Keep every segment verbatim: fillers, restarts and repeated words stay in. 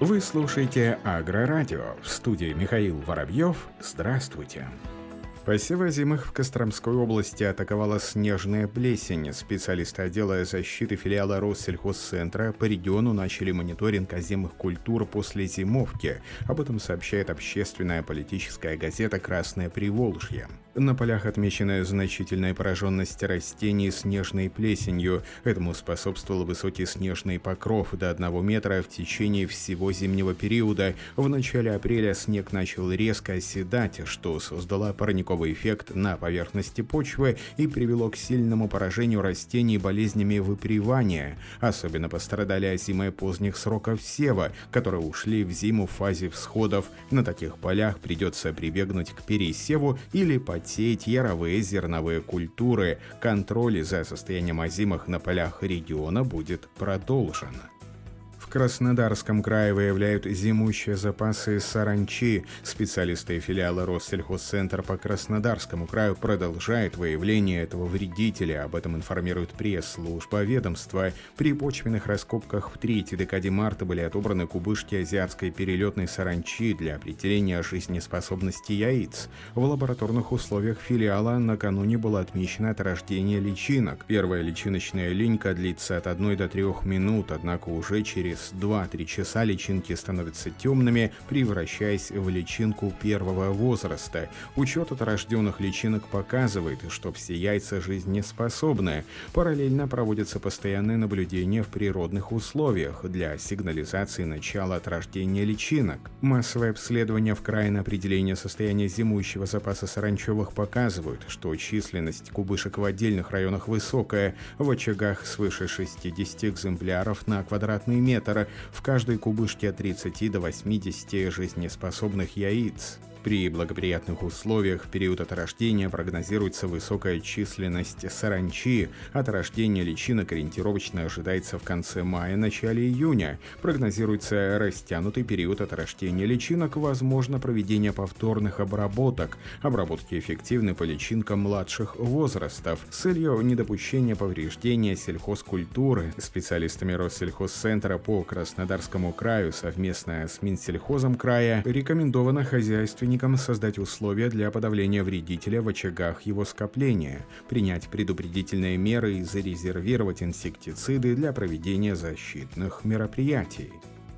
Вы слушаете Агрорадио. В студии Михаил Воробьев. Здравствуйте. Посевы озимых в Костромской области атаковала снежная плесень. Специалисты отдела защиты филиала Россельхозцентра по региону начали мониторинг озимых культур после зимовки. Об этом сообщает общественная политическая газета «Красное Приволжье». На полях отмечена значительная пораженность растений снежной плесенью. Этому способствовал высокий снежный покров до одного метра в течение всего зимнего периода. В начале апреля снег начал резко оседать, что создало парниковый эффект на поверхности почвы и привело к сильному поражению растений болезнями выпривания. Особенно пострадали озимые поздних сроков сева, которые ушли в зиму в фазе всходов. На таких полях придется прибегнуть к пересеву или подсеять яровые зерновые культуры. Контроль за состоянием озимых на полях региона будет продолжен. В Краснодарском крае выявляют зимующие запасы саранчи. Специалисты филиала Россельхозцентра по Краснодарскому краю продолжают выявление этого вредителя. Об этом информирует пресс-служба ведомства. При почвенных раскопках в третьей декаде марта были отобраны кубышки азиатской перелетной саранчи для определения жизнеспособности яиц. В лабораторных условиях филиала накануне было отмечено отрождение личинок. Первая личиночная линька длится от одной до трех минут, однако уже через два-три часа личинки становятся темными, превращаясь в личинку первого возраста. Учет отрожденных личинок показывает, что все яйца жизнеспособны. Параллельно проводятся постоянные наблюдения в природных условиях для сигнализации начала отрождения личинок. Массовые обследования в крае на определение состояния зимующего запаса саранчевых показывают, что численность кубышек в отдельных районах высокая, в очагах свыше шестидесяти экземпляров на квадратный метр. В каждой кубышке от тридцати до восьмидесяти жизнеспособных яиц. При благоприятных условиях в период отрождения прогнозируется высокая численность саранчи. Отрождение личинок ориентировочно ожидается в конце мая-начале июня. Прогнозируется растянутый период отрождения личинок, возможно проведение повторных обработок. Обработки эффективны по личинкам младших возрастов. С целью недопущения повреждения сельхозкультуры специалистами Россельхозцентра по Краснодарскому краю совместно с Минсельхозом края рекомендовано хозяйственникам создать условия для подавления вредителя в очагах его скопления, принять предупредительные меры и зарезервировать инсектициды для проведения защитных мероприятий.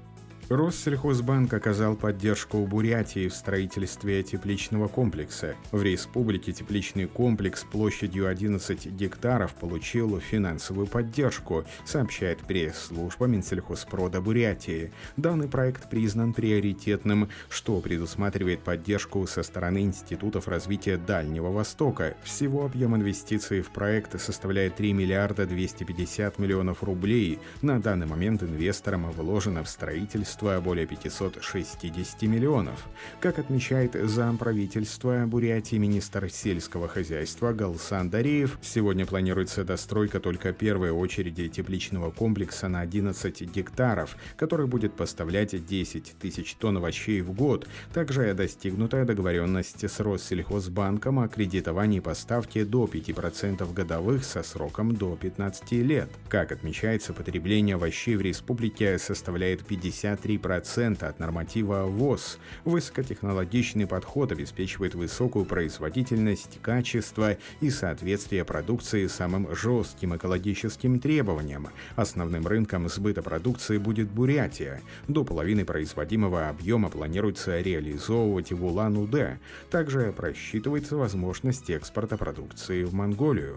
Россельхозбанк оказал поддержку Бурятии в строительстве тепличного комплекса. В республике тепличный комплекс площадью одиннадцать гектаров получил финансовую поддержку, сообщает пресс-служба Минсельхозпрода Бурятии. Данный проект признан приоритетным, что предусматривает поддержку со стороны институтов развития Дальнего Востока. Всего объем инвестиций в проект составляет три миллиарда двести пятьдесят миллионов рублей. На данный момент инвесторам вложено в строительство более пятисот шестидесяти миллионов. Как отмечает замправительства Бурятии министр сельского хозяйства Галсан Дареев, сегодня планируется достройка только первой очереди тепличного комплекса на одиннадцать гектаров, который будет поставлять десять тысяч тонн овощей в год. Также достигнута договоренность с Россельхозбанком о кредитовании поставки до пяти процентов годовых со сроком до пятнадцати лет. Как отмечается, потребление овощей в республике составляет пятьдесят три процента от норматива ВОЗ. Высокотехнологичный подход обеспечивает высокую производительность, качество и соответствие продукции самым жестким экологическим требованиям. Основным рынком сбыта продукции будет Бурятия. До половины производимого объема планируется реализовывать в Улан-Удэ. Также просчитывается возможность экспорта продукции в Монголию.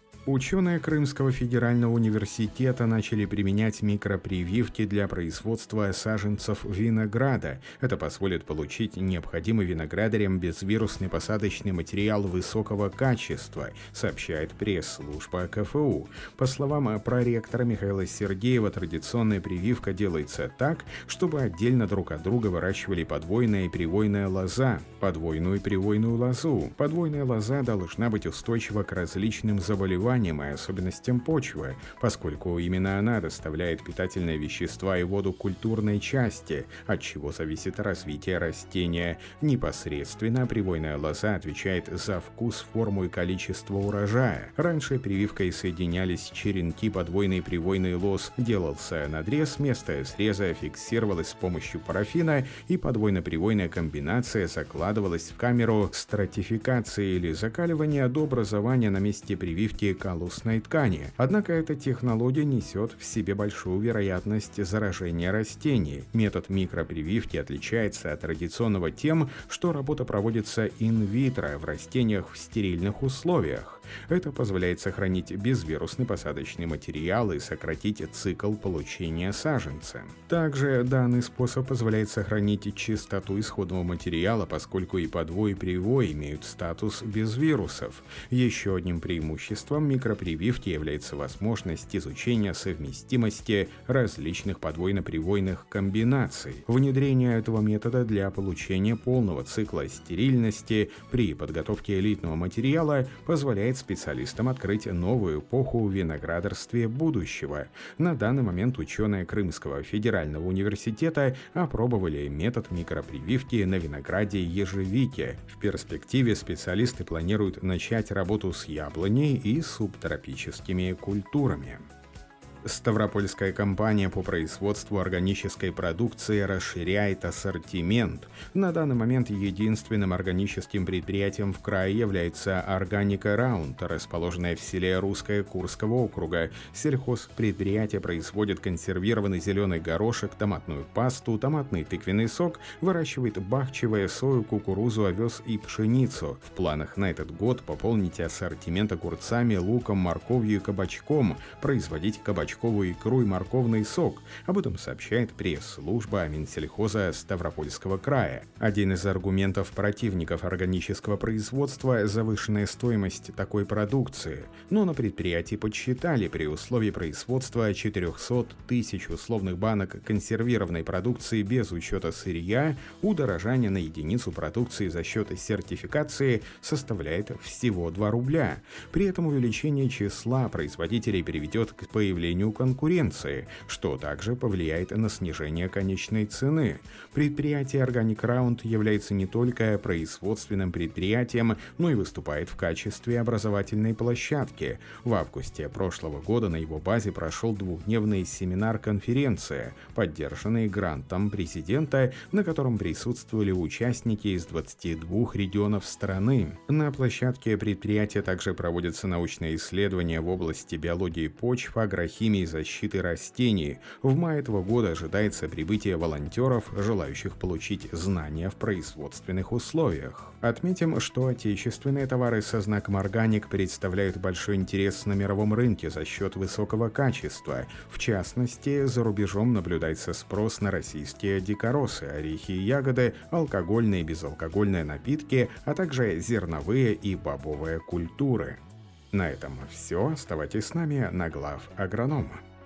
Ученые Крымского федерального университета начали применять микропрививки для производства саженцев винограда. Это позволит получить необходимый виноградарям безвирусный посадочный материал высокого качества, сообщает пресс-служба ка эф у. По словам проректора Михаила Сергеева, традиционная прививка делается так, чтобы отдельно друг от друга выращивали подвойная и привойная лоза, подвойную и привойную лозу. Подвойная лоза должна быть устойчива к различным заболеваниям, заболеваниям и особенностям почвы, поскольку именно она доставляет питательные вещества и воду культурной части, от чего зависит развитие растения. Непосредственно привойная лоза отвечает за вкус, форму и количество урожая. Раньше прививкой соединялись черенки подвойной привойной лоз, делался надрез, место среза фиксировалось с помощью парафина, и подвойно-привойная комбинация закладывалась в камеру стратификации или закаливания до образования на месте прививки каллусной ткани. Однако эта технология несет в себе большую вероятность заражения растений. Метод микропрививки отличается от традиционного тем, что работа проводится инвитро в растениях в стерильных условиях. Это позволяет сохранить безвирусный посадочный материал и сократить цикл получения саженца. Также данный способ позволяет сохранить чистоту исходного материала, поскольку и подвой, и привой имеют статус без вирусов. Еще одним преимуществом микропрививки является возможность изучения совместимости различных подвойно-привойных комбинаций. Внедрение этого метода для получения полного цикла стерильности при подготовке элитного материала позволяет специалистам открыть новую эпоху в виноградарстве будущего. На данный момент ученые Крымского федерального университета опробовали метод микропрививки на винограде ежевики. В перспективе специалисты планируют начать работу с яблоней и субтропическими культурами. Ставропольская компания по производству органической продукции расширяет ассортимент. На данный момент единственным органическим предприятием в крае является Органика Раунд, расположенное в селе Русское Курского округа. Сельхозпредприятие производит консервированный зеленый горошек, томатную пасту, томатный тыквенный сок, выращивает бахчевое, сою, кукурузу, овес и пшеницу. В планах на этот год пополнить ассортимент огурцами, луком, морковью и кабачком, производить кабачковую икру и морковный сок. Об этом сообщает пресс-служба Минсельхоза Ставропольского края. Один из аргументов противников органического производства – завышенная стоимость такой продукции. Но на предприятии подсчитали, при условии производства четырехсот тысяч условных банок консервированной продукции без учета сырья, удорожание на единицу продукции за счет сертификации составляет всего два рубля. При этом увеличение числа производителей приведет к появлению конкуренции, что также повлияет на снижение конечной цены. Предприятие Organic Round является не только производственным предприятием, но и выступает в качестве образовательной площадки. В августе прошлого года на его базе прошел двухдневный семинар-конференция, поддержанный грантом президента, на котором присутствовали участники из двадцати двух регионов страны. На площадке предприятия также проводятся научные исследования в области биологии почв, агрохимии и защиты растений. В мае этого года ожидается прибытие волонтеров, желающих получить знания в производственных условиях. Отметим, что отечественные товары со знаком «Органик» представляют большой интерес на мировом рынке за счет высокого качества. В частности, за рубежом наблюдается спрос на российские дикоросы, орехи и ягоды, алкогольные и безалкогольные напитки, а также зерновые и бобовые культуры. На этом все. Оставайтесь с нами на Глав Агронома.